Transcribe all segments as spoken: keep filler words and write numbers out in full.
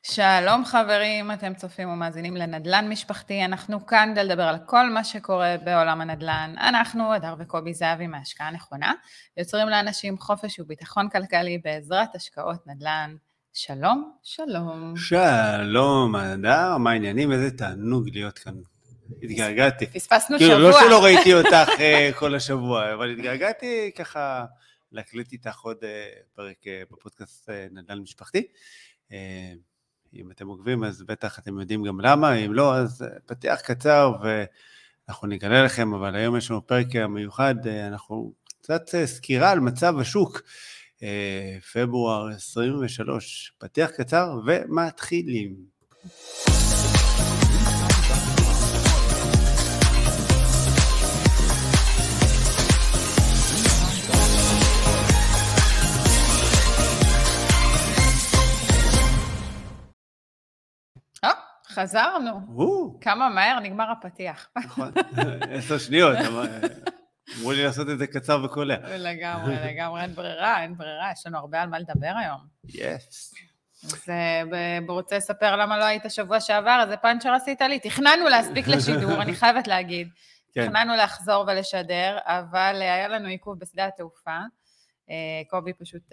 שלום חברים, אתם צופים ומאזינים לנדל"ן משפחתי, אנחנו כאן כדי לדבר על כל מה שקורה בעולם הנדל"ן. אנחנו, הדר וקובי זהבי מהשקעה נכונה, יוצרים לאנשים חופש וביטחון כלכלי בעזרת השקעות נדל"ן. שלום, שלום. שלום, הדר, מה העניינים? איזה תענוג להיות כאן. התגעגעתי. פספסנו כאילו, שבוע. לא שלא ראיתי אותך כל השבוע, אבל התגעגעתי ככה להקליט איתך עוד פרק בפודקאסט נדל"ן משפחתי. אם אתם עוקבים, אז בטח אתם יודעים גם למה, אם לא, אז פתיח קצר ואנחנו נגלה לכם, אבל היום יש לנו פרק מיוחד, אנחנו קצת סקירה על מצב השוק, פברואר עשרים ושלוש, פתיח קצר ומתחילים. חזרנו. כמה מהר נגמר הפתיח. נכון, עשר שניות, אמרו לי לעשות את זה קצר וקולע. לגמרי, לגמרי, אין ברירה, אין ברירה, יש לנו הרבה על מה לדבר היום. יס. אז בוא רוצה לספר למה לא היית שבוע שעבר, אז זה פאנצ'ר עשית לי, תכננו להספיק לשידור, אני חייבת להגיד. תכננו לחזור ולשדר, אבל היה לנו עיכוב בשדה התעופה, קובי פשוט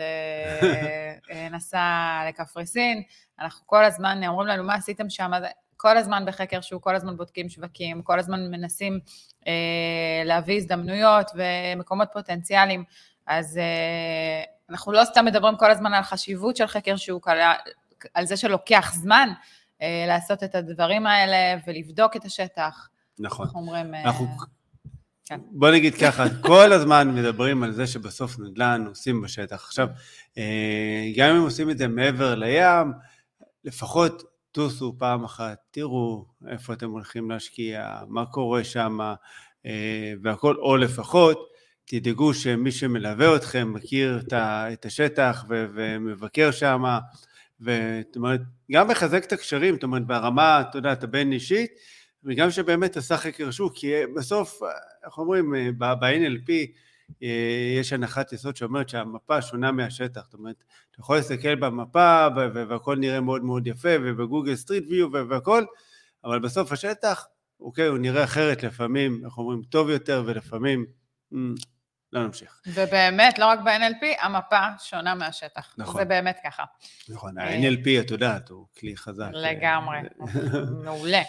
נסע לקפריסין, אנחנו כל הזמן אומרים לנו מה עשיתם שם, כל הזמן בחקר שוק, כל הזמן בודקים שווקים, כל הזמן מנסים להביא הזדמנויות ומקומות פוטנציאליים, אז אנחנו לא סתם מדברים כל הזמן על חשיבות של חקר שוק, על, על זה שלוקח זמן לעשות את הדברים האלה ולבדוק את השטח. נכון. אנחנו אומרים... אנחנו... כן. בוא נגיד ככה, כל הזמן מדברים על זה שבסוף נדל"ן עושים בשטח. עכשיו, גם אם עושים את זה מעבר לים, לפחות תוסו פעם אחת, תראו איפה אתם הולכים להשקיע, מה קורה שם, והכל, או לפחות, תדאגו שמי שמלווה אתכם מכיר את השטח ומבקר שם, זאת אומרת, גם מחזק את הקשרים, זאת אומרת, ברמה, אתה יודע, אתה בין אישית, וגם שבאמת עשה חקר שוק, כי בסוף, אנחנו אומרים, ב-אן אל פי יש הנחת יסוד שאומרת שהמפה שונה מהשטח, זאת אומרת, אתה יכול להסתכל במפה, והכל נראה מאוד מאוד יפה, ובגוגל סטריט ויו והכל, אבל בסוף השטח, אוקיי, הוא נראה אחרת לפעמים, אנחנו אומרים, טוב יותר, ולפעמים, לא נמשיך. ובאמת, לא רק ב-אן אל פי, המפה שונה מהשטח. נכון. זה באמת ככה. נכון, ה-אן אל פי, את יודעת, הוא כלי חזק. לגמרי, מעולה.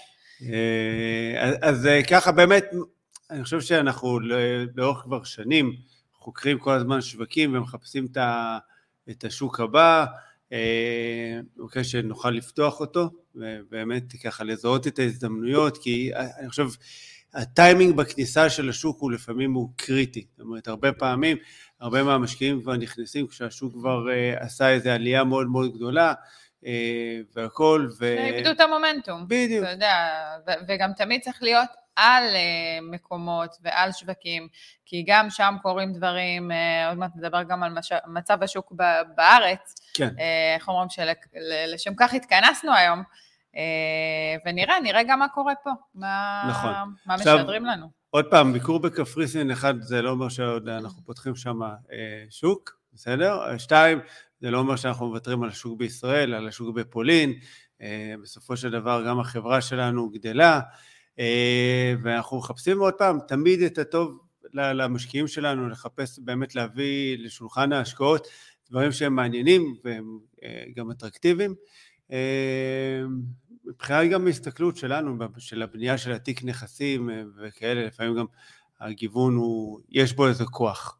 אז ככה באמת, אני חושב שאנחנו לאורך כבר שנים חוקרים כל הזמן שווקים ומחפשים את השוק הבא, אוקיי, שנוכל לפתוח אותו, ובאמת ככה לזהות את ההזדמנויות, כי אני חושב, הטיימינג בכניסה של השוק הוא לפעמים הוא קריטי, זאת אומרת, הרבה פעמים, הרבה מהמשקיעים כבר נכנסים, כשהשוק כבר עשה איזו עלייה מאוד מאוד גדולה, והכל, ו... איבדו את המומנטום. בדיוק. אתה יודע, וגם תמיד צריך להיות על מקומות ועל שווקים, כי גם שם קורים דברים, עוד מעט נדבר גם על מצב השוק בארץ, כן. איך אומרים שלשם כך התכנסנו היום, ונראה, נראה גם מה קורה פה, מה, נכון. מה עכשיו, משדרים לנו. עוד פעם, ביקור בקפריסין, אחד, זה לא אומר שאנחנו פותחים שם שוק, בסדר? שתיים, זה לא אומר שאנחנו מוותרים על השוק בישראל, על השוק בפולין, בסופו של דבר גם החברה שלנו גדלה, ואנחנו מחפשים עוד פעם תמיד את הטוב למשקיעים שלנו, לחפש באמת להביא לשולחן ההשקעות, דברים שהם מעניינים והם גם אטרקטיביים, מבחינת גם הסתכלות שלנו, של הבנייה של עתיק נכסים וכאלה, לפעמים גם הגיוון הוא, יש בו איזה כוח.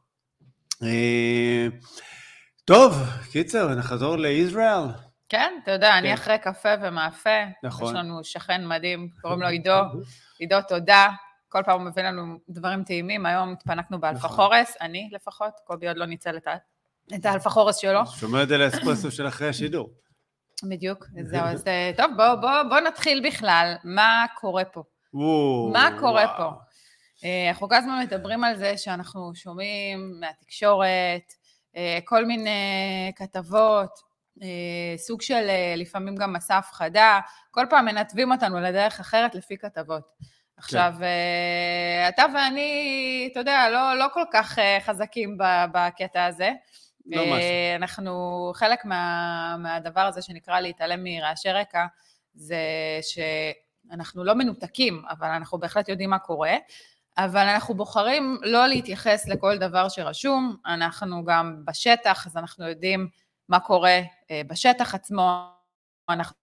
טוב, קיצר, נחזור לישראל. כן, אתה יודע, אני אחרי קפה ומאפה, נכון. יש לנו שכן מדהים, קוראים לו עידו, עידו תודה, כל פעם הוא מביא לנו דברים טעימים, היום התפנקנו באלפה חורס, אני לפחות, קובי עוד לא ניצל את האלפה חורס שלו. שומע את זה לאספרסו של אחרי השידור. בדיוק, זהו, אז טוב, בוא, בוא, בוא נתחיל בכלל, מה קורה פה? מה קורה פה? אנחנו כל הזמן מדברים על זה שאנחנו שומעים מהתקשורת, כל מיני כתבות, סוג של לפעמים גם מסע הפחדה, כל פעם מנתבים אותנו לדרך אחרת לפי כתבות. עכשיו, אתה ואני, אתה יודע, לא, לא כל כך חזקים בקטע הזה, לא משהו. אנחנו, חלק מה, מהדבר הזה שנקרא להתעלם מרעשי רקע, זה שאנחנו לא מנותקים, אבל אנחנו בהחלט יודעים מה קורה, אבל אנחנו בוחרים לא להתייחס לכל דבר שרשום, אנחנו גם בשטח, אז אנחנו יודעים מה קורה בשטח עצמו, אנחנו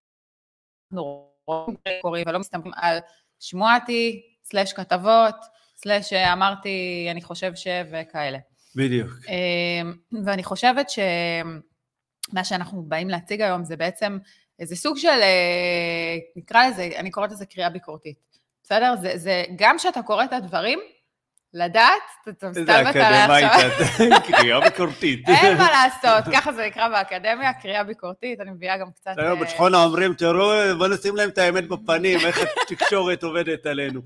רואים קוראים ולא מסתמכים על שמועתי, סלש כתבות, סלש אמרתי אני חושב ש... וכאלה. בדיוק. ואני חושבת שמה שאנחנו באים להציג היום זה בעצם איזה סוג של, נקרא לזה, אני קוראת לזה קריאה ביקורתית. בסדר? זה, זה גם שאתה קורא את הדברים, לדעת, אתה מסתלבט עליי עכשיו. קריאה ביקורתית. אין מה לעשות, ככה זה נקרא באקדמיה, קריאה ביקורתית, אני מביאה גם קצת... היום בצפון אומרים, תראו, בוא נשים להם את האמת בפנים, איך התקשורת עובדת עלינו.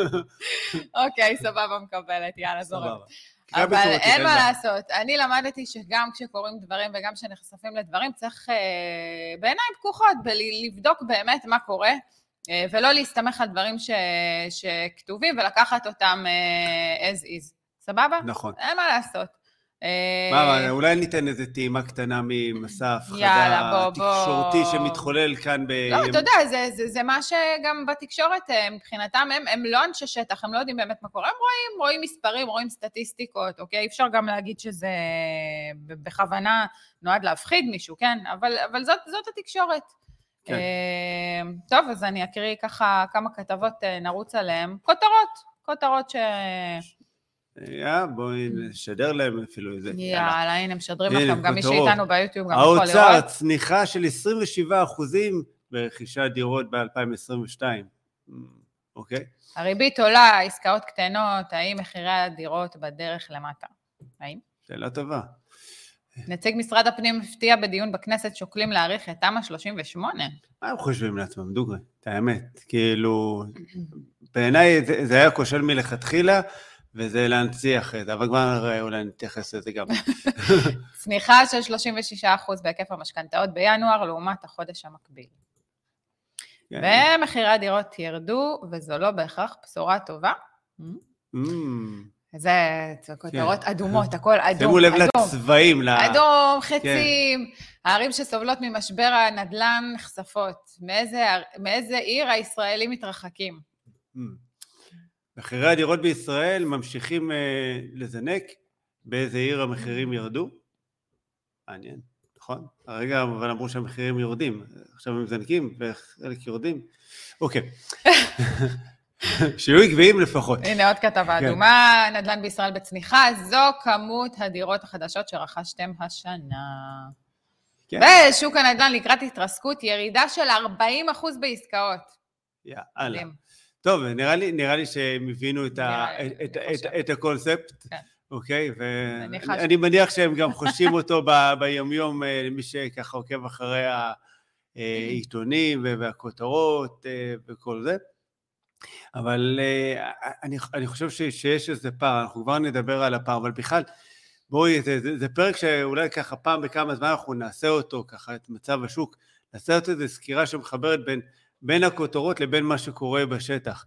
אוקיי, סבבה, מקבלת, יאללה, זורם. אבל אין מה לעשות, אני למדתי שגם כשקוראים דברים וגם כשנחשפים לדברים, צריך בעיניים פקוחות, לבדוק באמת מה קורה, ולא להסתמך על דברים ש... שכתובים, ולקחת אותם as is. סבבה? נכון. אין מה לעשות. מה, אולי ניתן איזו טעימה קטנה ממסע הפחדה תקשורתי שמתחולל כאן ב... לא, אתה יודע, זה, זה, זה מה שגם בתקשורת מבחינתם, הם, הם לא אנשי שטח, הם לא יודעים באמת מה קורה, הם רואים, רואים מספרים, רואים סטטיסטיקות, אוקיי? אפשר גם להגיד שזה בכוונה נועד להפחיד מישהו, כן? אבל, אבל זאת, זאת התקשורת. כן. טוב, אז אני אקריא ככה כמה כתבות נרוץ עליהן. כותרות, כותרות ש... יא, בואי נשדר להם אפילו איזה. יאללה, הנה, משדרים לכם, גם מי שאיתנו ביוטיוב גם יכול לראות. האוצר, צניחה של עשרים ושבעה אחוזים ברכישת דירות ב-אלפיים עשרים ושתיים. אוקיי? הריבית עולה, עסקאות קטנות, האם מחירי הדירות בדרך למטה? האם? שאלה טובה. נציג משרד הפנים הפתיע בדיון בכנסת שוקלים להאריך את תמ"א שלושים ושמונה. מה הם חושבים לעצמם, דוגרי? את האמת. כאילו, בעיניי זה היה כושל מלכתחילה, וזה להנציח את זה, אבל כבר אולי נתייחס לזה גם. צניחה של שלושים ושישה אחוז בהיקף המשכנתאות בינואר, לעומת החודש המקביל. ומחירי הדירות ירדו, וזו לא בהכרח בשורה טובה. זה כותרות אדומות, הכל אדום. שימו לב לצבעים. אדום, חצים, הערים שסובלות ממשבר הנדל"ן נחשפות. מאיזה עיר הישראלים מתרחקים? מחירי הדירות בישראל ממשיכים לזנק, באיזה עיר המחירים ירדו? מעניין, נכון? הרגע אבל אמרו שהמחירים יורדים, עכשיו הם זנקים וחלק יורדים. אוקיי. שיהיו עקביים לפחות. הנה עוד כתבה אדומה, נדל"ן בישראל בצניחה, זו כמות הדירות החדשות שרכשתם השנה. ושוק הנדל"ן לקראת התרסקות, ירידה של ארבעים אחוז בעסקאות. יאללה. טוב, נראה לי, נראה לי שהם הבינו את, ה, את, את, את הקונספט, כן. אוקיי? ואני מניח שהם גם חושבים אותו ב, ביומיום, למי שככה עוקב אחרי העיתונים והכותרות וכל זה. אבל אני, אני חושב שיש איזה פער, אנחנו כבר נדבר על הפער, אבל בכלל, בואי, זה, זה, זה פרק שאולי ככה פעם בכמה זמן אנחנו נעשה אותו, ככה את מצב השוק, נעשה אותו איזו סקירה שמחברת בין, בין הכותרות לבין מה שקורה בשטח.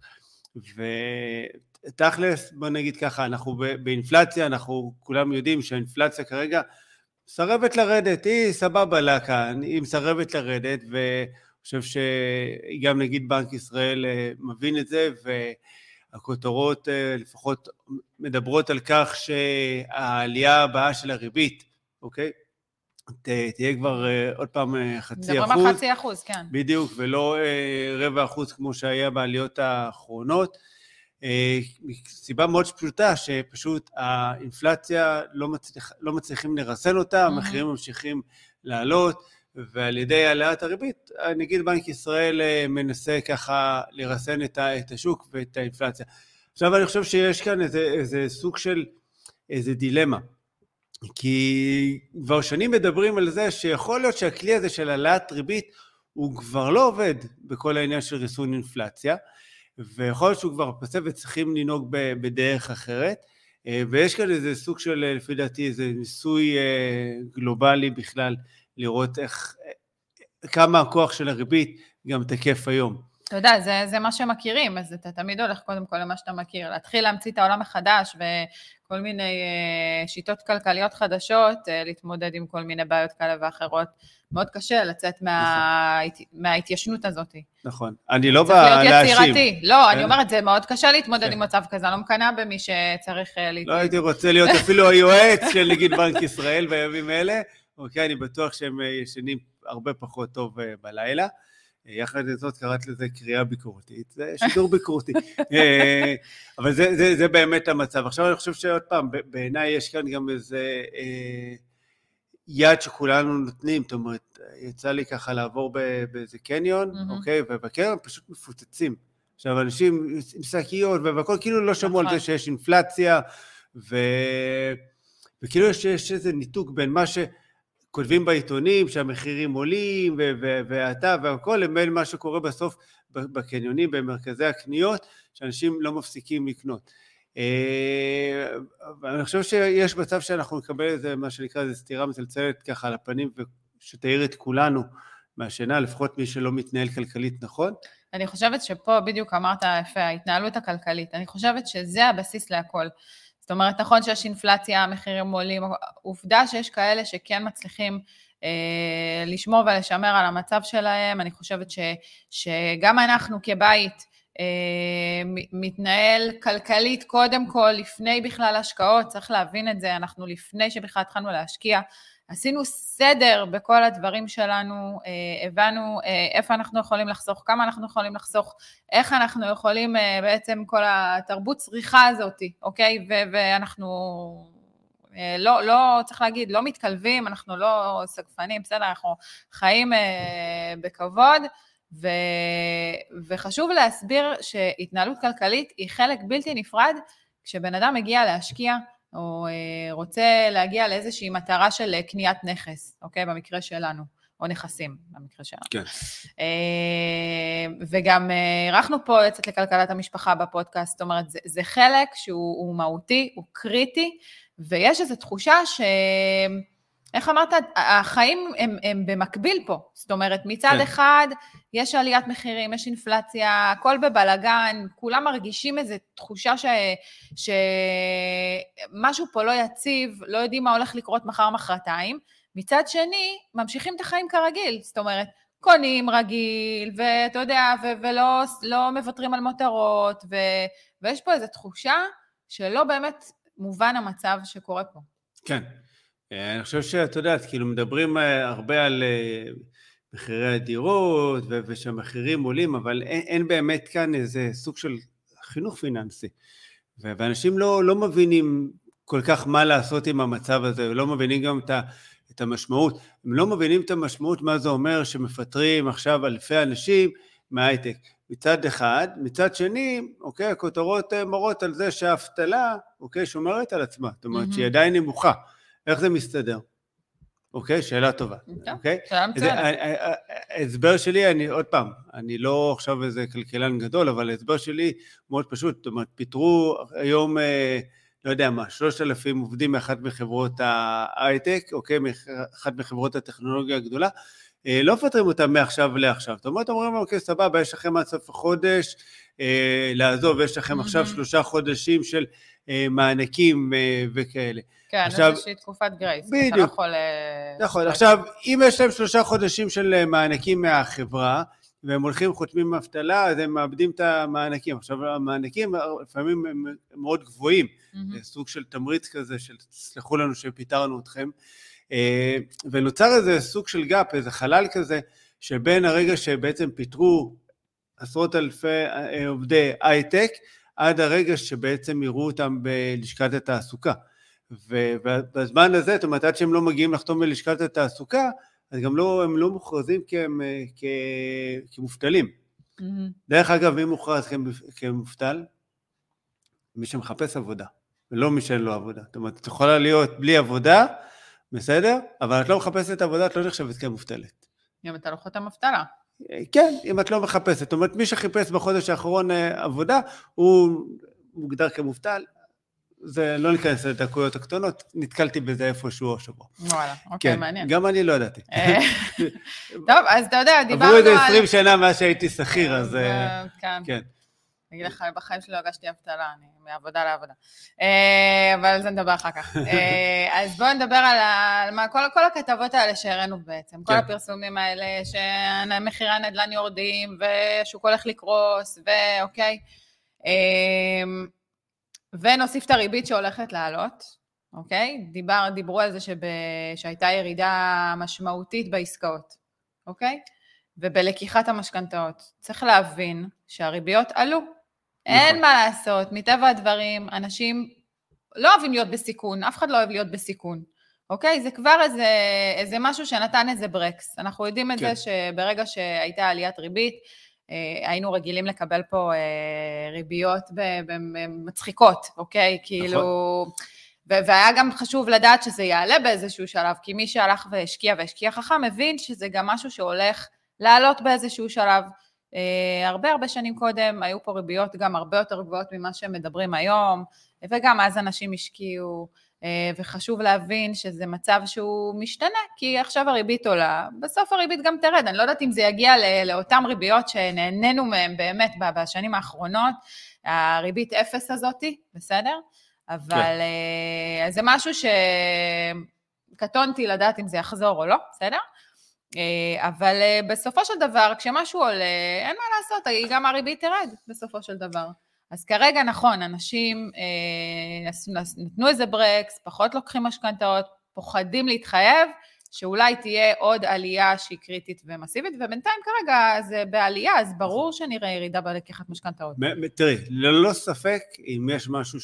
ותכלס, בוא נגיד ככה, אנחנו באינפלציה, אנחנו כולם יודעים שהאינפלציה כרגע מסרבת לרדת, היא סבבה לה כאן, היא מסרבת לרדת, ואני חושב שגם נגיד בנק ישראל מבין את זה, והכותרות לפחות מדברות על כך שהעלייה הבאה של הריבית, אוקיי? תהיה כבר עוד פעם חצי אחוז. מדברים על חצי אחוז, כן. בדיוק, ולא רבע אחוז כמו שהיה בעליות האחרונות. סיבה מאוד פשוטה, שפשוט האינפלציה לא, מצליח, לא מצליחים לרסן אותה, המחירים ממשיכים לעלות, ועל ידי העלאת הריבית, נגיד בנק ישראל מנסה ככה לרסן את השוק ואת האינפלציה. עכשיו אני חושב שיש כאן איזה, איזה סוג של איזה דילמה. כי כבר שנים מדברים על זה שיכול להיות שהכלי הזה של העלאת ריבית הוא כבר לא עובד בכל העניין של ריסון אינפלציה, ויכול להיות שהוא כבר פסה וצריכים לנהוג בדרך אחרת, ויש כאן איזה סוג של, לפי דעתי, איזה ניסוי גלובלי בכלל, לראות איך, כמה הכוח של הריבית גם תקף היום. אתה יודע, זה, זה מה שמכירים, אז אתה תמיד הולך קודם כל למה שאתה מכיר, להתחיל להמציא את העולם מחדש, וכל מיני uh, שיטות כלכליות חדשות, uh, להתמודד עם כל מיני בעיות כאלה ואחרות, מאוד קשה לצאת מה... מההתיישנות הזאת. נכון, אני לא בא להאשים. לא, אני אומרת, זה מאוד קשה להתמודד עם מצב כזה, אני לא מקנה במי שצריך להתמודד. לא הייתי רוצה להיות אפילו היועץ של נגיד בנק ישראל בימים אלה, אוקיי, אני בטוח שהם ישנים הרבה פחות טוב בלילה, יחד לזאת קראת לזה קריאה ביקורתית, זה שידור ביקורתי, אבל זה, זה, זה באמת המצב. עכשיו אני חושב שעוד פעם, בעיניי יש כאן גם איזה יד שכולנו נותנים, זאת אומרת, יצא לי ככה לעבור באיזה קניון, אוקיי, ובקניון פשוט מפוצצים. עכשיו אנשים עם שקיות והכל, כאילו לא שמעו על זה שיש אינפלציה, וכאילו יש איזה ניתוק בין מה ש... כותבים בעיתונים שהמחירים עולים ואתה והכל, לבין מה שקורה בסוף בקניונים, במרכזי הקניות, שאנשים לא מפסיקים לקנות. אני חושב שיש מצב שאנחנו נקבל איזה, מה שנקרא, איזה סתירה מצלצלת ככה על הפנים, ושתאיר את כולנו מהשינה, לפחות מי שלא מתנהל כלכלית נכון. אני חושבת שפה בדיוק אמרת יפה, ההתנהלות הכלכלית, אני חושבת שזה הבסיס להכל. זאת אומרת, נכון שיש אינפלציה, המחירים עולים, עובדה שיש כאלה שכן מצליחים אה, לשמור ולשמר על המצב שלהם, אני חושבת ש, שגם אנחנו כבית אה, מתנהל כלכלית קודם כל, לפני בכלל השקעות, צריך להבין את זה, אנחנו לפני שבכלל התחלנו להשקיע, עשינו סדר בכל הדברים שלנו, הבנו איפה אנחנו יכולים לחסוך, כמה אנחנו יכולים לחסוך, איך אנחנו יכולים בעצם כל התרבות צריכה הזאת, אוקיי? ואנחנו לא, לא, צריך להגיד, לא מתקלבים, אנחנו לא סגפנים, בסדר, אנחנו חיים בכבוד, ו, וחשוב להסביר שהתנהלות כלכלית היא חלק בלתי נפרד, כשבן אדם מגיע להשקיע, או רוצה להגיע לאיזושהי מטרה של קניית נכס, אוקיי? במקרה שלנו, או נכסים, במקרה שלנו. כן. וגם ערכנו פה יצאת לכלכלת המשפחה בפודקאסט, זאת אומרת, זה, זה חלק שהוא מהותי, הוא קריטי, ויש איזו תחושה ש... איך אמרת, החיים הם, הם במקביל פה, זאת אומרת, מצד כן. אחד, יש עליית מחירים, יש אינפלציה, הכל בבלגן, כולם מרגישים איזו תחושה ש, שמשהו פה לא יציב, לא יודעים מה הולך לקרות מחר מחרתיים, מצד שני, ממשיכים את החיים כרגיל, זאת אומרת, קונים רגיל, ואתה יודע, ו- ולא לא מוותרים על מותרות, ו- ויש פה איזו תחושה שלא באמת מובן המצב שקורה פה. כן. אני חושב שאת יודעת, כאילו מדברים הרבה על מחירי הדירות ושהמחירים עולים, אבל אין, אין באמת כאן איזה סוג של חינוך פיננסי. ואנשים לא, לא מבינים כל כך מה לעשות עם המצב הזה, לא מבינים גם את, ה, את המשמעות. הם לא מבינים את המשמעות מה זה אומר שמפטרים עכשיו אלפי אנשים מההייטק. מצד אחד, מצד שני, אוקיי, הכותרות מראות על זה שהאבטלה, אוקיי, שומרת על עצמה, זאת אומרת שהיא עדיין נמוכה. איך זה מסתדר? אוקיי, שאלה טובה. אוקיי? ההסבר שלי, אני עוד פעם, אני לא עכשיו איזה כלכלן גדול, אבל ההסבר שלי מאוד פשוט, זאת אומרת, פיתרו היום, לא יודע מה, שלושת אלפים עובדים מאחת מחברות ההייטק, אוקיי, מאחת מחברות הטכנולוגיה הגדולה, לא מפטרים אותם מעכשיו לעכשיו. זאת אומרת, אומרים, אוקיי, סבבה, יש לכם עד סוף החודש לעזוב, יש לכם עכשיו שלושה חודשים של מענקים וכאלה. כן, איזושהי תקופת גרייס. בדיוק. נכון, עכשיו, אם יש להם שלושה חודשים של מענקים מהחברה, והם הולכים חותמים אבטלה, אז הם מאבדים את המענקים. עכשיו, המענקים לפעמים הם מאוד גבוהים, סוג של תמריץ כזה, של סלחו לנו שפיתרנו אתכם, ונוצר איזה סוג של גאפ, איזה חלל כזה, שבין הרגע שבעצם פיתרו עשרות אלפי עובדי הייטק, עד הרגע שבעצם יראו אותם בלשכת התעסוקה. ובזמן הזה, זאת אומרת, עד שהם לא מגיעים לחתום בלשכת התעסוקה, אז גם לא, הם לא מוכרזים כהם, כ, כמובטלים. Mm-hmm. דרך אגב, מי מוכרז כמובטל? מי שמחפש עבודה, ולא מי שאין לו עבודה. זאת אומרת, את יכולה להיות בלי עבודה, בסדר? אבל את לא מחפשת עבודה, את לא נחשבת כמובטלת. אם אתה לא חותם אבטלה. כן, אם את לא מחפשת. זאת אומרת, מי שחיפש בחודש האחרון עבודה, הוא מוגדר כמובטל, זה לא ניכנס לדקויות הקטנות, נתקלתי בזה איפשהו השבוע. וואלה, אוקיי, מעניין. גם אני לא ידעתי. טוב, אז אתה יודע, דיברנו על... עברו איזה עשרים שנה מאז שהייתי שכיר, אז כן. אני אגיד לך, בחיים שלי לא הגשתי אבטלה, אני מעבודה לעבודה. אבל על זה נדבר אחר כך. אז בואו נדבר על כל הכתבות האלה שהראינו בעצם, כל הפרסומים האלה, שמחירי הנדל"ן יורדים, ושוק הולך לקרוס, ואוקיי. ונוסיף את הריבית שהולכת לעלות, אוקיי? דיבר, דיברו על זה שב, שהייתה ירידה משמעותית בעסקאות, אוקיי? ובלקיחת המשכנתאות. צריך להבין שהריביות עלו. אין מה לעשות, מטבע הדברים, אנשים לא אוהבים להיות בסיכון, אף אחד לא אוהב להיות בסיכון, אוקיי? זה כבר איזה, איזה משהו שנתן איזה ברקס. אנחנו יודעים את כן. זה שברגע שהייתה עליית ריבית, היינו רגילים לקבל פה ריביות מצחיקות, אוקיי? כאילו, והיה גם חשוב לדעת שזה יעלה באיזשהו שלב, כי מי שהלך והשקיע והשקיע חכם, מבין שזה גם משהו שהולך לעלות באיזשהו שלב. הרבה הרבה שנים קודם היו פה ריביות גם הרבה יותר גבוהות ממה שהם מדברים היום, וגם אז אנשים השקיעו, וחשוב להבין שזה מצב שהוא משתנה, כי עכשיו הריבית עולה, בסוף הריבית גם תרד, אני לא יודעת אם זה יגיע לאותם ריביות שנהנינו מהם באמת בשנים האחרונות, הריבית אפס הזאת, בסדר? אבל כן. זה משהו שקטונתי לדעת אם זה יחזור או לא, בסדר? אבל בסופו של דבר, כשמשהו עולה, אין מה לעשות, גם הריבית תרד בסופו של דבר. אז כרגע נכון, אנשים אה, נתנו איזה ברקס, פחות לוקחים משכנתאות, פוחדים להתחייב, שאולי תהיה עוד עלייה שהיא קריטית ומסיבית, ובינתיים כרגע זה בעלייה, אז ברור שנראה ירידה בלקיחת משכנתאות. תראי, ללא ספק, אם יש משהו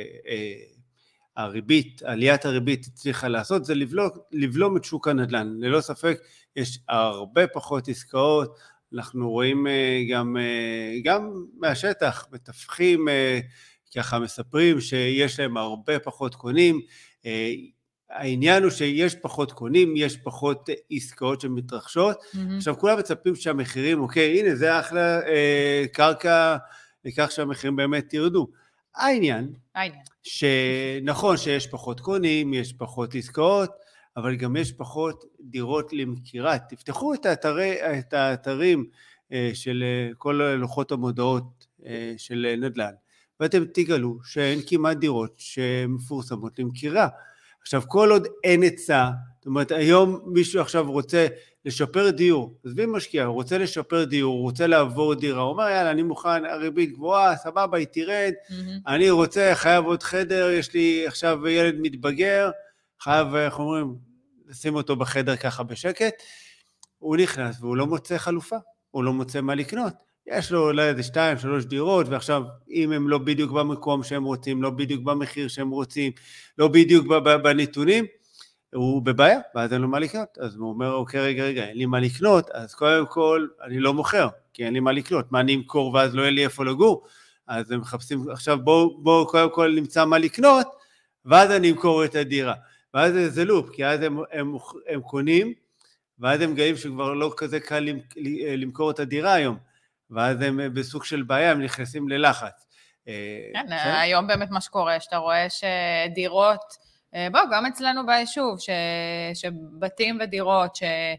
שהריבית, עליית הריבית הצליחה לעשות, זה לבלום, לבלום את שוק הנדל"ן. ללא ספק, יש הרבה פחות עסקאות, אנחנו רואים גם, גם מהשטח, מתווכים, ככה מספרים שיש להם הרבה פחות קונים, העניין הוא שיש פחות קונים, יש פחות עסקאות שמתרחשות, mm-hmm. עכשיו כולם מצפים שהמחירים, אוקיי, הנה זה אחלה אה, קרקע, לכך שהמחירים באמת ירדו. העניין, העניין. שנכון שיש פחות קונים, יש פחות עסקאות, אבל גם יש פחות דירות למכירה. תפתחו את, האתרי, את האתרים אה, של כל לוחות המודעות אה, של נדל"ן, ואתם תגלו שאין כמעט דירות שמפורסמות למכירה. עכשיו, כל עוד אין היצע, זאת אומרת, היום מישהו עכשיו רוצה לשפר דיור, אז מי משקיע? הוא רוצה לשפר דיור, הוא רוצה לעבור דירה, הוא אומר, יאללה, אני מוכן, הריבית גבוהה, סבבה, היא תירד, mm-hmm. אני רוצה, חייב עוד חדר, יש לי עכשיו ילד מתבגר, חייב, איך אומרים, לשים אותו בחדר ככה בשקט, הוא נכנס והוא לא מוצא חלופה, הוא לא מוצא מה לקנות, יש לו אולי איזה שתיים, שלוש דירות, ועכשיו אם הם לא בדיוק במקום שהם רוצים, לא בדיוק במחיר שהם רוצים, לא בדיוק בנתונים, הוא בבעיה, ואז אין לו מה לקנות, אז הוא אומר, אוקיי, רגע, רגע, אין לי מה לקנות, אז קודם כל אני לא מוכר, כי אין לי מה לקנות, מה אני אמכור ואז לא יהיה לי איפה לגור, אז הם מחפשים, עכשיו בואו בוא, קודם כל נמצא מה לקנות, ואז אני אמכור את הדירה, ואז זה לופ, כי אז הם, הם, הם קונים, ואז הם גאים שכבר לא כזה קל למכור את הדירה היום, ואז הם בסוג של בעיה, הם נכנסים ללחץ. כן, היום באמת מה שקורה, שאתה רואה שדירות, בואו, גם אצלנו ביישוב, שבתים ודירות,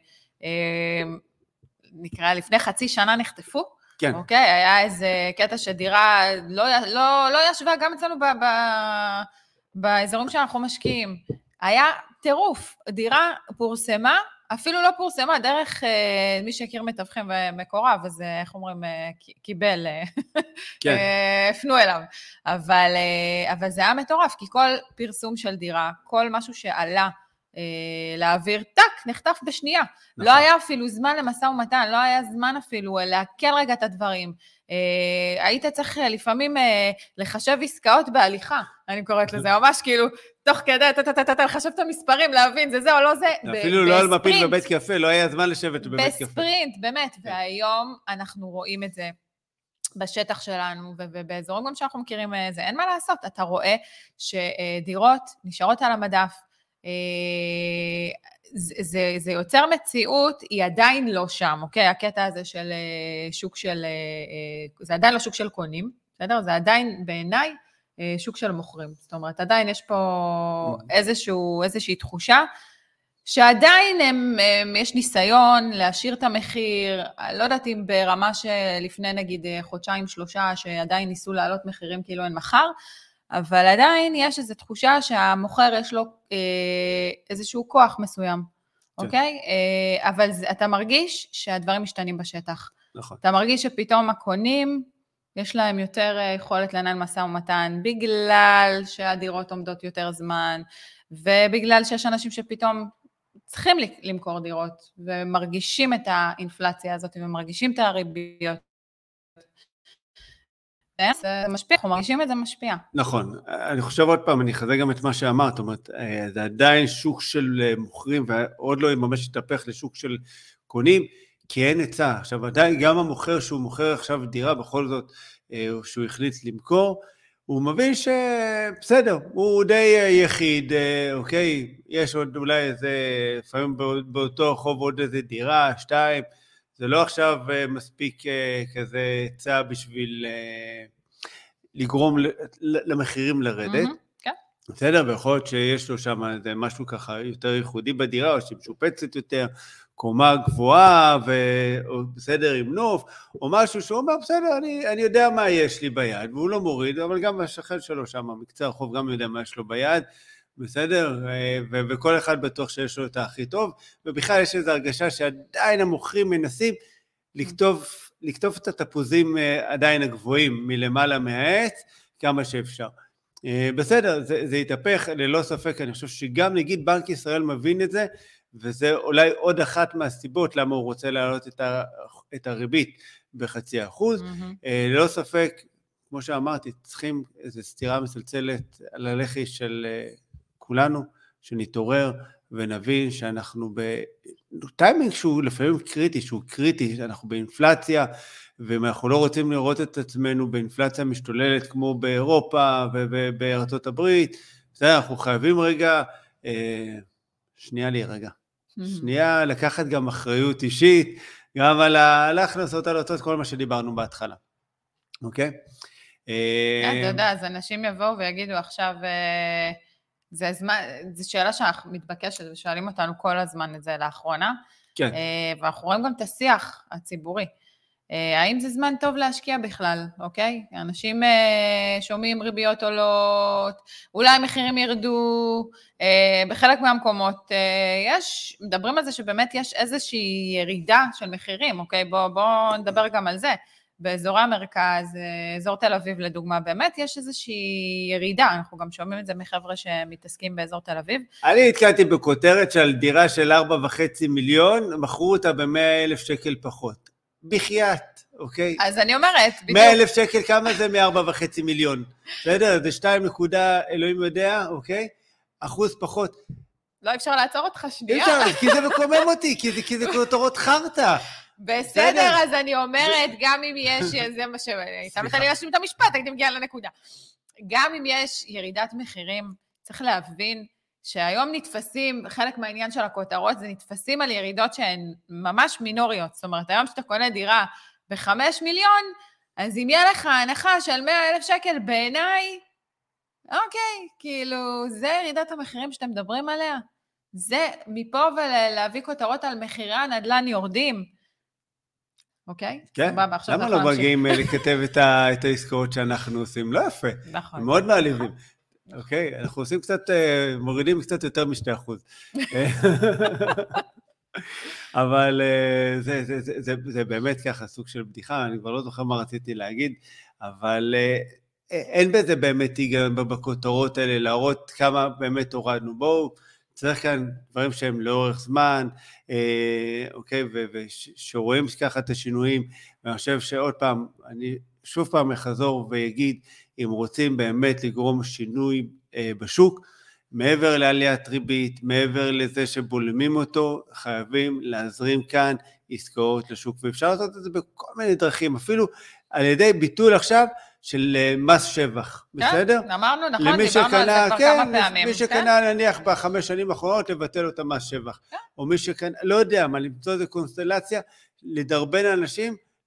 שנקרא לפני חצי שנה נחטפו, כן. אוקיי, היה איזה קטע שדירה לא, לא, לא ישבה גם אצלנו ב, ב, באזורים שאנחנו משקיעים. היה טירוף, דירה פורסמה, אפילו לא פורסמה, דרך אה, מי שהכיר מתווכים ומקורב, אז איך אומרים, אה, קיבל, כן. אה, הפנו אליו. אבל, אה, אבל זה היה מטורף, כי כל פרסום של דירה, כל משהו שעלה אה, להעביר, טק, נחטף בשנייה. נכון. לא היה אפילו זמן למשא ומתן, לא היה זמן אפילו להקל רגע את הדברים. אה, היית צריך לפעמים אה, לחשב עסקאות בהליכה, אני קוראת לזה, ממש כאילו, תוך כדי, אתה לחשב את המספרים, להבין, זה זה או לא זה, אפילו לא על מפיל בבית קפה, לא היה זמן לשבת בבית קפה. בספרינט, באמת, והיום אנחנו רואים את זה בשטח שלנו, ובאזורים גם שאנחנו מכירים זה, אין מה לעשות, אתה רואה שדירות נשארות על המדף, זה, זה יוצר מציאות, היא עדיין לא שם, אוקיי? הקטע הזה של שוק של, זה עדיין לא שוק של קונים, בסדר? זה עדיין בעיניי, שוק של מוכרים. זאת אומרת, עדיין יש פה איזשהו, איזושהי תחושה, שעדיין הם, הם, יש ניסיון להשאיר את המחיר, לא יודעת אם ברמה שלפני נגיד חודשיים שלושה, שעדיין ניסו לעלות מחירים כאילו אין מחר, אבל עדיין יש איזו תחושה שהמוכר יש לו אה, איזשהו כוח מסוים, כן. אוקיי? אה, אבל אתה מרגיש שהדברים משתנים בשטח. נכון. אתה מרגיש שפתאום הקונים, יש להם יותר יכולת לנהל משא ומתן, בגלל שהדירות עומדות יותר זמן, ובגלל שיש אנשים שפתאום צריכים למכור דירות, ומרגישים את האינפלציה הזאת, ומרגישים את הריביות. זה משפיע, אנחנו מרגישים את זה משפיע. נכון, אני חושב עוד פעם, אני אחזק גם את מה שאמרת, זאת אומרת, זה עדיין שוק של מוכרים, ועוד לא ממש יתהפך לשוק של קונים, כי אין היצע. עכשיו, עדיין גם המוכר שהוא מוכר עכשיו דירה, בכל זאת, שהוא החליט למכור, הוא מבין שבסדר, הוא די יחיד, אוקיי, יש עוד אולי איזה, לפעמים באותו חוב עוד איזה דירה, שתיים, זה לא עכשיו מספיק כזה היצע בשביל לגרום למחירים לרדת, בסדר, ויכול להיות שיש לו שם משהו ככה יותר ייחודי בדירה, או שמשופצת יותר, קומה גבוהה, ובסדר עם נוף, או משהו שהוא אומר, בסדר, אני, אני יודע מה יש לי ביד, והוא לא מוריד, אבל גם השכן שלו שם, מקצה הרחוב גם יודע מה יש לו ביד, בסדר, ו- וכל אחד בטוח שיש לו את הכי טוב, ובכלל יש איזו הרגשה שעדיין המוכרים מנסים לכתוב, לכתוב את התפוזים עדיין הגבוהים מלמעלה מהעץ, כמה שאפשר. בסדר, זה, זה יתהפך, ללא ספק, אני חושב שגם נגיד בנק ישראל מבין את זה, וזה אולי עוד אחת מהסיבות למה הוא רוצה להעלות את, ה, את הריבית בחצי אחוז. Mm-hmm. ללא ספק, כמו שאמרתי, צריכים איזו סתירה מסלצלת על הלחי של כולנו, שנתעורר ונבין שאנחנו בטיימינג שהוא לפעמים קריטי, שהוא קריטי, שאנחנו באינפלציה, ואנחנו לא רוצים לראות את עצמנו באינפלציה משתוללת כמו באירופה ובארצות הברית, בסדר, אנחנו חייבים רגע, שנייה לי רגע, שנייה לקחת גם אחריות אישית, גם על ההכנסות, על אותות, כל מה שדיברנו בהתחלה, אוקיי? אתה יודע, אז אנשים יבואו ויגידו עכשיו, זו שאלה שמתבקשת, ושואלים אותנו כל הזמן את זה לאחרונה, כן. ואנחנו רואים גם את השיח הציבורי, האם זה זמן טוב להשקיע בכלל, אוקיי? אנשים שומעים ריביות עולות, אולי מחירים ירדו, בחלק מהמקומות יש, מדברים על זה שבאמת יש איזושהי ירידה של מחירים, אוקיי? בוא, בוא נדבר גם על זה. באזורי המרכז, אזור תל אביב לדוגמה, באמת יש איזושהי ירידה, אנחנו גם שומעים את זה מחבר'ה שמתעסקים באזור תל אביב. אני התקלתי בכותרת של דירה של ארבע וחצי מיליון, מכרו אותה ב-מאה אלף שקל פחות. בחייאת, אוקיי? אז אני אומרת, בדיוק. מאה אלף שקל, כמה זה מארבע וחצי מיליון? בסדר, זה שתיים נקודה, אלוהים יודע, אוקיי? אחוז פחות. לא אפשר לעצור אותך שנייה. אפשר, כי זה מקומם אותי, כי זה, כי זה כותרות חרטה. בסדר, אז אני אומרת, גם אם יש, זה מה ש... שמת לי להשלים את המשפט, הייתי מגיעה לנקודה. גם אם יש ירידת מחירים, צריך להבין שהיום נתפסים, חלק מהעניין של הכותרות, זה נתפסים על ירידות שהן ממש מינוריות. זאת אומרת, היום שאתה קונה דירה בחמש מיליון, אז אם יהיה לך הנחה של מאה אלף שקל בעיניי, אוקיי, כאילו, זה ירידת המחירים שאתם מדברים עליה. זה מפה ולהביא כותרות על מחירי הנדל"ן יורדים. אוקיי? כן, למה לא מגיעים לכתב את העסקאות שאנחנו עושים? לא יפה. נכון. מאוד מעליבים. אוקיי, אנחנו עושים קצת, מורידים קצת יותר משתי אחוז. אבל זה, זה, זה, זה, זה באמת ככה סוג של בדיחה, אני כבר לא זוכר מה רציתי להגיד, אבל אין בזה באמת היגיון בכותרות האלה, להראות כמה באמת הורדנו. בואו, צריך כאן דברים שהם לאורך זמן, אוקיי, ושרואים ככה את השינויים, ואני חושב שעוד פעם, אני שוב פעם מחזור ויגיד, אם רוצים באמת לגרום שינוי בשוק, מעבר לעליית ריבית, מעבר לזה שבולמים אותו, חייבים להזרים כאן עסקאות לשוק, ואפשר לעשות את זה בכל מיני דרכים, אפילו על ידי ביטול עכשיו של מס שבח, בסדר? כן, אמרנו, נכון, דיברנו על זה כבר כמה פעמים. מי שקנה נניח בחמש שנים האחרונות לבטל אותה מס שבח, או מי שקנה, לא יודע מה, למצוא איזו קונסטלציה, לדרבן אנשים,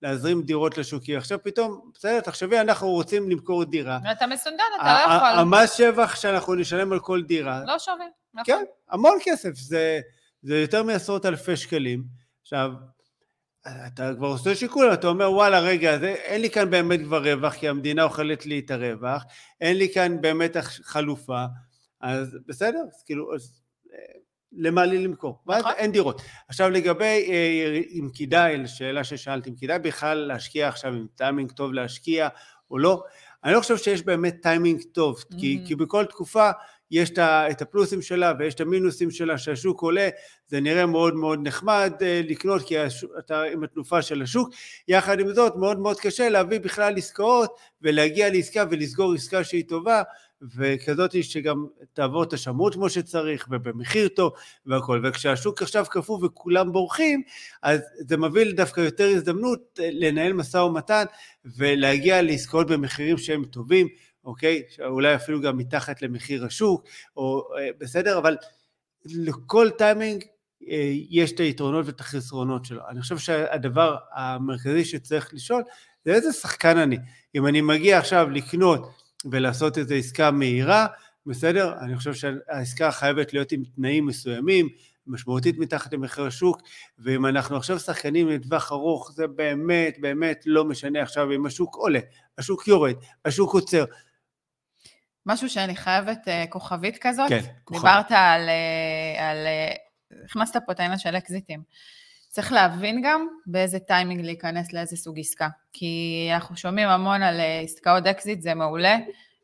להזרים דירות לשוק, כי עכשיו פתאום, בסדר, תחשבי, אנחנו רוצים למכור דירה. ואתה מסונדל, אתה לא יכול. המס שבח שאנחנו נשלם על כל דירה. לא שווה, נכון. כן, המון כסף, זה, זה יותר מעשרות אלפי שקלים. עכשיו, אתה כבר עושה שיקול, אתה אומר, וואלה, רגע, זה, אין לי כאן באמת כבר רווח, כי המדינה אוכלת לי את הרווח, אין לי כאן באמת חלופה, אז בסדר, אז כאילו, אז, למה לי למכור? ואז אין דירות. עכשיו לגבי אם כדאי, שאלה ששאלתי, אם כדאי בכלל להשקיע עכשיו, אם טיימינג טוב להשקיע או לא, אני לא חושב שיש באמת טיימינג טוב, mm-hmm. כי, כי בכל תקופה יש את הפלוסים שלה ויש את המינוסים שלה, שהשוק עולה, זה נראה מאוד מאוד נחמד לקנות, כי אתה עם התנופה של השוק, יחד עם זאת מאוד מאוד קשה להביא בכלל עסקאות, ולהגיע לעסקה ולסגור עסקה שהיא טובה, וכזאת שגם תעבור את השמות כמו שצריך, ובמחיר טוב והכל, וכשהשוק עכשיו קפוא וכולם בורחים, אז זה מביא דווקא יותר הזדמנות לנהל משא ומתן, ולהגיע לעסקאות במחירים שהם טובים, אוקיי? אולי אפילו גם מתחת למחיר השוק, או בסדר, אבל לכל טיימינג יש את היתרונות ואת החסרונות שלו. אני חושב שהדבר המרכזי שצריך לשאול, זה איזה שחקן אני. אם אני מגיע עכשיו לקנות ולעשות איזו עסקה מהירה, בסדר? אני חושב שהעסקה חייבת להיות עם תנאים מסוימים, משמעותית מתחת למחיר השוק, ואם אנחנו עכשיו שחקנים לטווח ארוך, זה באמת, באמת לא משנה עכשיו אם השוק עולה, השוק יורד, השוק עוצר. משהו שאני חייבת uh, כוכבית כזאת, כן, דיברת על, uh, על uh, הכנסת פה את העניין של אקזיטים. צריך להבין גם באיזה טיימינג להיכנס לאיזה סוג עסקה, כי אנחנו שומעים המון על עסקאות אקזיט, זה מעולה,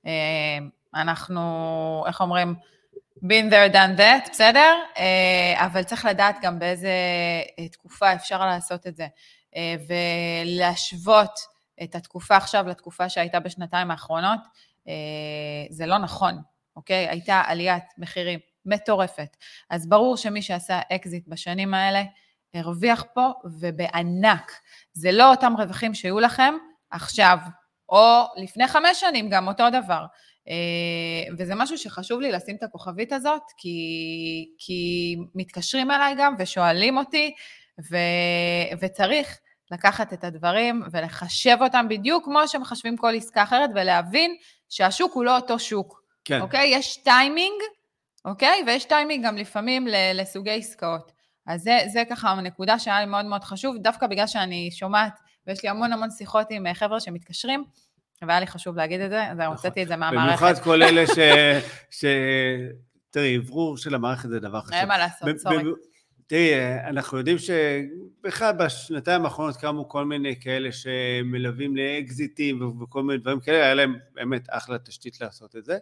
אנחנו, איך אומרים, been there done that, בסדר? אבל צריך לדעת גם באיזה תקופה אפשר לעשות את זה, ולהשוות את התקופה עכשיו לתקופה שהייתה בשנתיים האחרונות, זה לא נכון, אוקיי? הייתה עליית מחירים מטורפת, אז ברור שמי שעשה אקזיט בשנים האלה, הרוויח פה ובענק. זה לא אותם רווחים שיהיו לכם עכשיו, או לפני חמש שנים גם אותו דבר. וזה משהו שחשוב לי לשים את הכוכבית הזאת, כי, כי מתקשרים אליי גם ושואלים אותי, ו, וצריך לקחת את הדברים ולחשב אותם בדיוק כמו שמחשבים כל עסקה אחרת, ולהבין שהשוק הוא לא אותו שוק. כן. אוקיי? יש טיימינג, אוקיי? ויש טיימינג גם לפעמים לסוגי עסקאות. אז זה, זה ככה הנקודה שהיה לי מאוד מאוד חשוב, דווקא בגלל שאני שומעת, ויש לי המון המון שיחות עם חבר'ה שמתקשרים, והיה לי חשוב להגיד את זה, אז הוצאתי את זה מהמערכת. במיוחד כל אלה ש... ש... תראי, עברור של המערכת זה דבר חשוב. אין מה לעשות, סורי. תראי, אנחנו יודעים שבכלל בשנתיים האחרונות קמו כל מיני כאלה שמלווים לאקזיטים וכל מיני דברים כאלה, היה להם באמת אחלה תשתית לעשות את זה,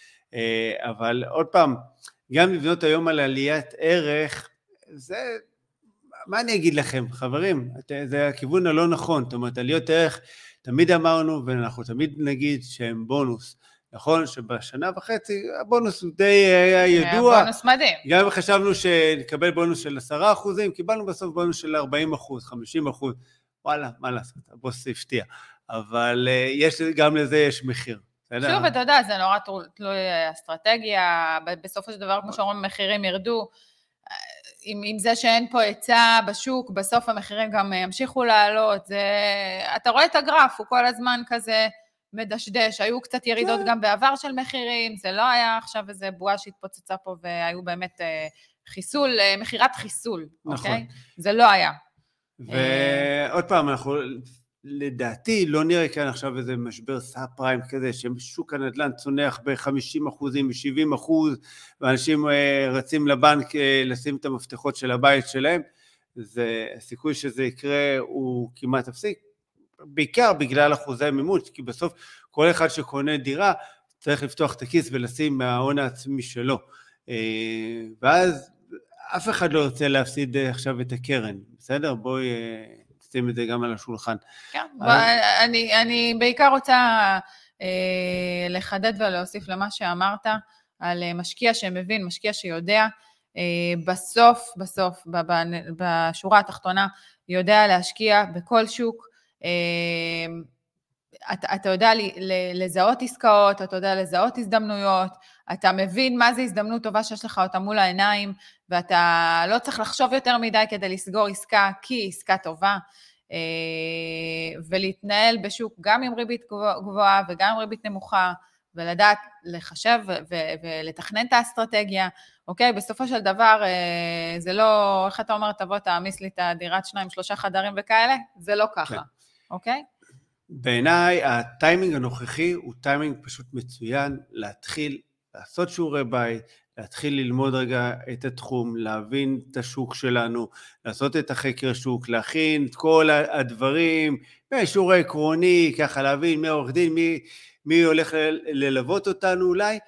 אבל עוד פעם, גם לבנות היום על עליית ערך, זה, מה אני אגיד לכם, חברים, זה הכיוון הלא נכון, זאת אומרת, עליות ערך, תמיד אמרנו, ואנחנו תמיד נגיד שהם בונוס, נכון? שבשנה וחצי, הבונוס הוא די היה ידוע. בונוס מדהים. גם אם חשבנו שנקבל בונוס של עשרה אחוזים, קיבלנו בסוף בונוס של ארבעים אחוז, חמישים אחוז, וואלה, מה לעשות, הבוס הפתיע, אבל יש, גם לזה יש מחיר. שוב, אתה יודע, זה נורא תלוי אסטרטגיה, בסופו של דבר, כמו שאומרים, מחירים ירדו, עם, עם זה שאין פה היצע בשוק, בסוף המחירים גם ימשיכו לעלות, זה, אתה רואה את הגרף, הוא כל הזמן כזה מדשדש, היו קצת ירידות גם בעבר של מחירים, זה לא היה עכשיו איזה בועה שהתפוצצה פה, והיו באמת חיסול, מחירת חיסול, נכון. אוקיי? זה לא היה. ועוד פעם, אנחנו... לדעתי לא נראה כאן עכשיו איזה משבר סאב פריים כזה, ששוק הנדל"ן צונח ב-חמישים אחוזים, ב-שבעים אחוז, ואנשים רצים לבנק לשים את המפתחות של הבית שלהם, זה, הסיכוי שזה יקרה הוא כמעט אפסי, בעיקר בגלל אחוזי מימוש, כי בסוף כל אחד שקונה דירה צריך לפתוח את הכיס ולשים מההון העצמי שלו, ואז אף אחד לא רוצה להפסיד עכשיו את הקרן, בסדר? בואי... שים את זה גם על השולחן. כן, אני, אני בעיקר רוצה אה, לחדד ולהוסיף למה שאמרת, על משקיע שמבין, משקיע שיודע, אה, בסוף, בסוף, בשורה התחתונה, יודע להשקיע בכל שוק, אה, אתה, אתה יודע לזהות עסקאות, אתה יודע לזהות הזדמנויות, אתה מבין מה זה הזדמנות טובה שיש לך אותה מול העיניים, ואתה לא צריך לחשוב יותר מדי כדי לסגור עסקה, כי עסקה טובה. ולהתנהל בשוק גם עם ריבית גבוהה וגם עם ריבית נמוכה, ולדעת לחשב ולתכנן את האסטרטגיה, אוקיי? בסופו של דבר, זה לא, איך אתה אומר, תבוא, תעמיס לי את הדירת שניים, שלושה חדרים וכאלה, זה לא ככה, אוקיי? בעיניי, הטיימינג הנוכחי הוא טיימינג פשוט מצוין, להתחיל לעשות שיעורי בית, להתחיל ללמוד רגע את התחום, להבין את השוק שלנו, לעשות את החקר שוק, להכין את כל הדברים, שיעור העקרוני, ככה להבין מי העורך דין, מי, מי הולך ללוות אותנו אולי,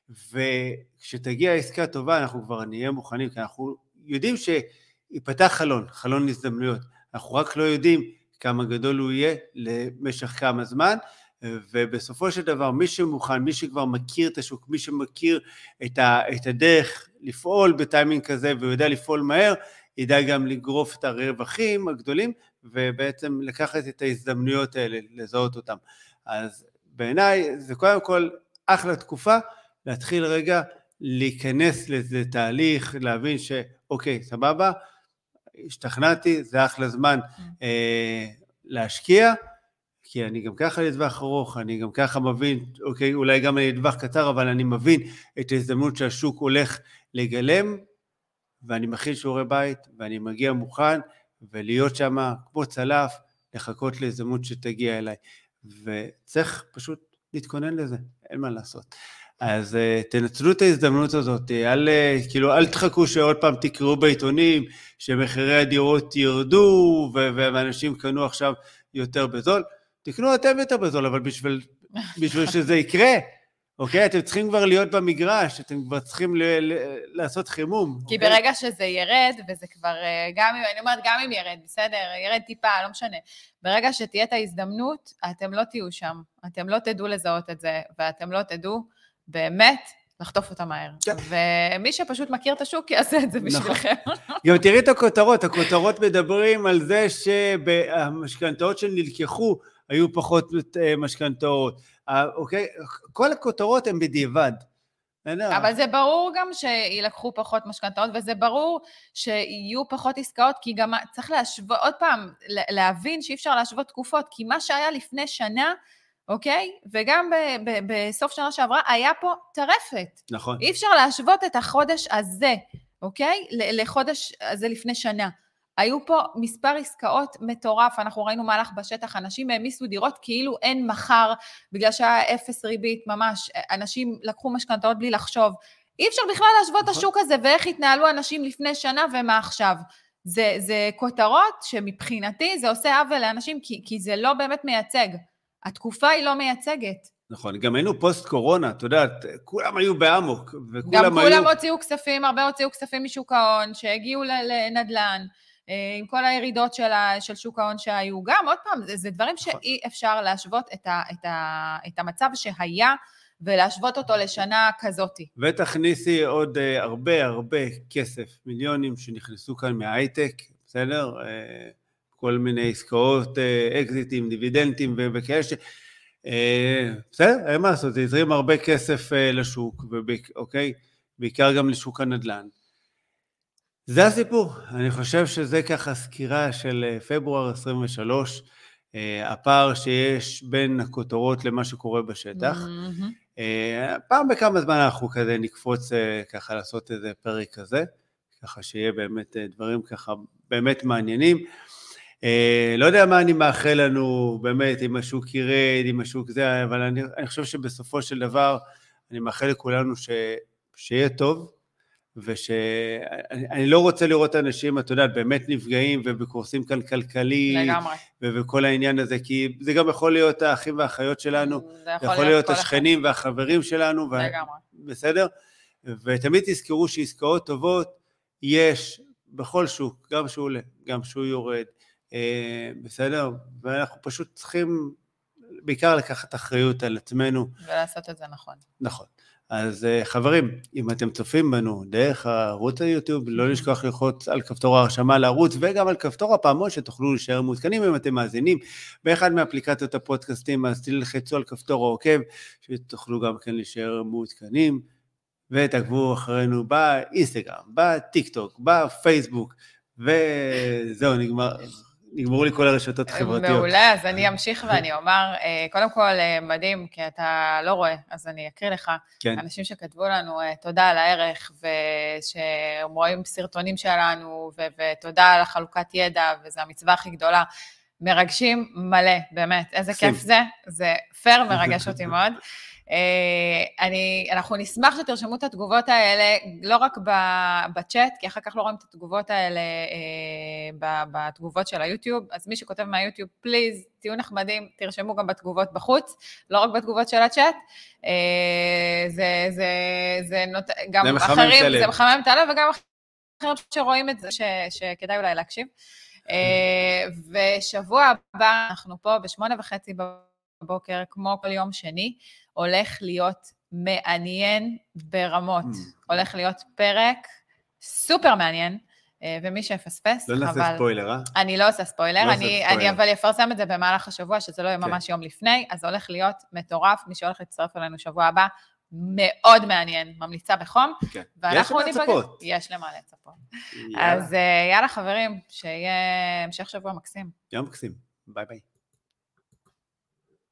וכשתגיע עסקה טובה אנחנו כבר נהיה מוכנים, כי אנחנו יודעים שיפתח חלון, חלון הזדמנויות, אנחנו רק לא יודעים כמה גדול הוא יהיה למשך כמה זמן, ובסופו של דבר מי שמוכן, מי שכבר מכיר את השוק, מי שמכיר את, ה, את הדרך לפעול בטיימינג כזה ויודע לפעול מהר, ידע גם לגרוף את הרווחים הגדולים, ובעצם לקחת את ההזדמנויות האלה, לזהות אותם. אז בעיניי זה קודם כל אחלה תקופה, להתחיל רגע להיכנס לזה תהליך, להבין שאוקיי, סבבה, השתכנעתי, זה אחלה זמן אה, להשקיע, כי אני גם ככה לטווח ארוך, אני גם ככה מבין, אוקיי, אולי גם אני לטווח קצר, אבל אני מבין את ההזדמנות שהשוק הולך לגלם, ואני מכין שיעורי בית, ואני מגיע מוכן, ולהיות שם כמו צלף, לחכות להזדמנות שתגיע אליי, וצריך פשוט להתכונן לזה, אין מה לעשות. אז uh, תנצלו את ההזדמנות הזאת, אל, uh, כאילו, אל תחכו שעוד פעם תקראו בעיתונים, שמחירי הדירות ירדו, ו- ואנשים קנו עכשיו יותר בזול, תקנו אתם יותר בזול, אבל בשביל, בשביל שזה יקרה, אוקיי? אתם צריכים כבר להיות במגרש, אתם כבר צריכים ל- ל- לעשות חימום. כי אוקיי? ברגע שזה ירד, וזה כבר, גם אם, אני אומרת, גם אם ירד, בסדר, ירד טיפה, לא משנה. ברגע שתהיה את ההזדמנות, אתם לא תהיו שם, אתם לא תדעו לזהות את זה, ואתם לא תדעו באמת לחטוף אותה מהר. ומי שפשוט מכיר את השוק, יעשה את זה בשבילכם. גם תראי את הכותרות, הכותרות מדברים על זה שהמשכנתאות שנלקחו, היו פחות משכנתאות, אוקיי? כל הכותרות הן בדיעבד. אבל זה ברור גם שילקחו פחות משכנתאות, וזה ברור שיהיו פחות עסקאות, כי גם צריך להשוות, עוד פעם, להבין שאי אפשר להשוות תקופות, כי מה שהיה לפני שנה, אוקיי? וגם ב- ב- בסוף שנה שעברה, היה פה טרפת. נכון. אי אפשר להשוות את החודש הזה, אוקיי? לחודש הזה לפני שנה. היו פה מספר עסקאות מטורף, אנחנו ראינו מהלך בשטח, אנשים העמיסו דירות כאילו אין מחר, בגלל שהיה אפס ריבית ממש, אנשים לקחו משכנתאות בלי לחשוב, אי אפשר בכלל להשוות את השוק הזה, ואיך התנהלו אנשים לפני שנה ומה עכשיו. זה, זה כותרות שמבחינתי זה עושה עוול לאנשים, כי, כי זה לא באמת מייצג. התקופה היא לא מייצגת. נכון, גם היינו פוסט קורונה, אתה יודע, כולם היו באמוק, גם כולם היו... הוציאו כספים, הרבה הוציאו כספים משוק ההון, שהגיעו לנדל"ן, עם כל הירידות של, ה, של שוק ההון שהיו, גם עוד פעם, זה, זה דברים שאי אפשר להשוות את, ה, את, ה, את המצב שהיה, ולהשוות אותו לשנה כזאת. ותכניסי עוד uh, הרבה הרבה כסף, מיליונים שנכנסו כאן מההייטק, בסדר? Uh, כל מיני עסקאות, uh, אקזיטים, דיבידנטים וכאלה ש... Uh, בסדר, אין מה לעשות, זה יזרים הרבה כסף uh, לשוק, ובק, אוקיי? בעיקר גם לשוק הנדל"ן. זה הסיפור, אני חושב שזה ככה סקירה של פברואר עשרים ושלוש, uh, הפער שיש בין הכותרות למה שקורה בשטח. Mm-hmm. Uh, פעם בכמה זמן אנחנו כזה נקפוץ uh, ככה לעשות איזה פרק כזה, ככה שיהיה באמת uh, דברים ככה באמת מעניינים. Uh, לא יודע מה אני מאחל לנו באמת, אם השוק ירד, אם השוק זה, אבל אני, אני חושב שבסופו של דבר, אני מאחל לכולנו ש, שיהיה טוב, ושאני אני לא רוצה לראות אנשים, אתה יודע, באמת נפגעים ובקורסים כאן כלכלי, לגמרי. ובכל העניין הזה, כי זה גם יכול להיות האחים והאחיות שלנו, זה יכול, יכול להיות, להיות השכנים אחד. והחברים שלנו, ו... לגמרי. בסדר? ותמיד תזכרו שעסקאות טובות יש בכל שוק, גם שהוא עולה, גם שהוא יורד, אה, בסדר? ואנחנו פשוט צריכים בעיקר לקחת אחריות על עצמנו. ולעשות את זה נכון. נכון. אז חברים, אם אתם צופים בנו דרך ערוץ היוטיוב, לא לשכוח ללחוץ על כפתור ההרשמה לערוץ, וגם על כפתור הפעמון שתוכלו להישאר מעודכנים אם אתם מאזינים באחד מאפליקציות הפודקאסטים, אז תלחצו על כפתור העוקב, שתוכלו גם כן להישאר מעודכנים, ותעקבו אחרינו באינסטגרם, בטיק טוק, בפייסבוק, וזהו, נגמר, נגמרו לי כל הרשתות החברתיות. מעולה, אז אני אמשיך ואני אומר, קודם כל מדהים, כי אתה לא רואה, אז אני אקריא לך. כן. אנשים שכתבו לנו תודה על הערך, ושרואים סרטונים שלנו, ותודה על החלוקת ידע, וזו המצווה הכי גדולה. מרגשים מלא, באמת. איזה כיף זה, זה פייר, מרגש אותי מאוד. אני, אנחנו נשמח שתרשמו את התגובות האלה, לא רק בצ'אט, כי אחר כך לא רואים את התגובות האלה בתגובות של היוטיוב, אז מי שכותב מהיוטיוב, פליז, תהיו נחמדים, תרשמו גם בתגובות בחוץ, לא רק בתגובות של הצ'אט, זה, זה, זה נות... גם אחרים, זה מחמם את הלב, וגם אחרים שרואים את זה, ש, שכדאי אולי להקשיב. ושבוע הבא, אנחנו פה בשמונה וחצי בבוקר, כמו כל יום שני, הולך להיות מעניין ברמות. הולך להיות פרק סופר מעניין, ומי שפספס, לא נעשה ספוילר, אה? אני לא עושה ספוילר, אני אבל אפרסם את זה במהלך השבוע, שזה לא יהיה ממש יום לפני, אז הולך להיות מטורף, מי שהולך להצטרף אלינו שבוע הבא, מאוד מעניין, ממליצה בחום. יש למה לצפות. יש למה לצפות. אז יאללה חברים, שיהיה המשך שבוע מקסים. יום מקסים, ביי ביי.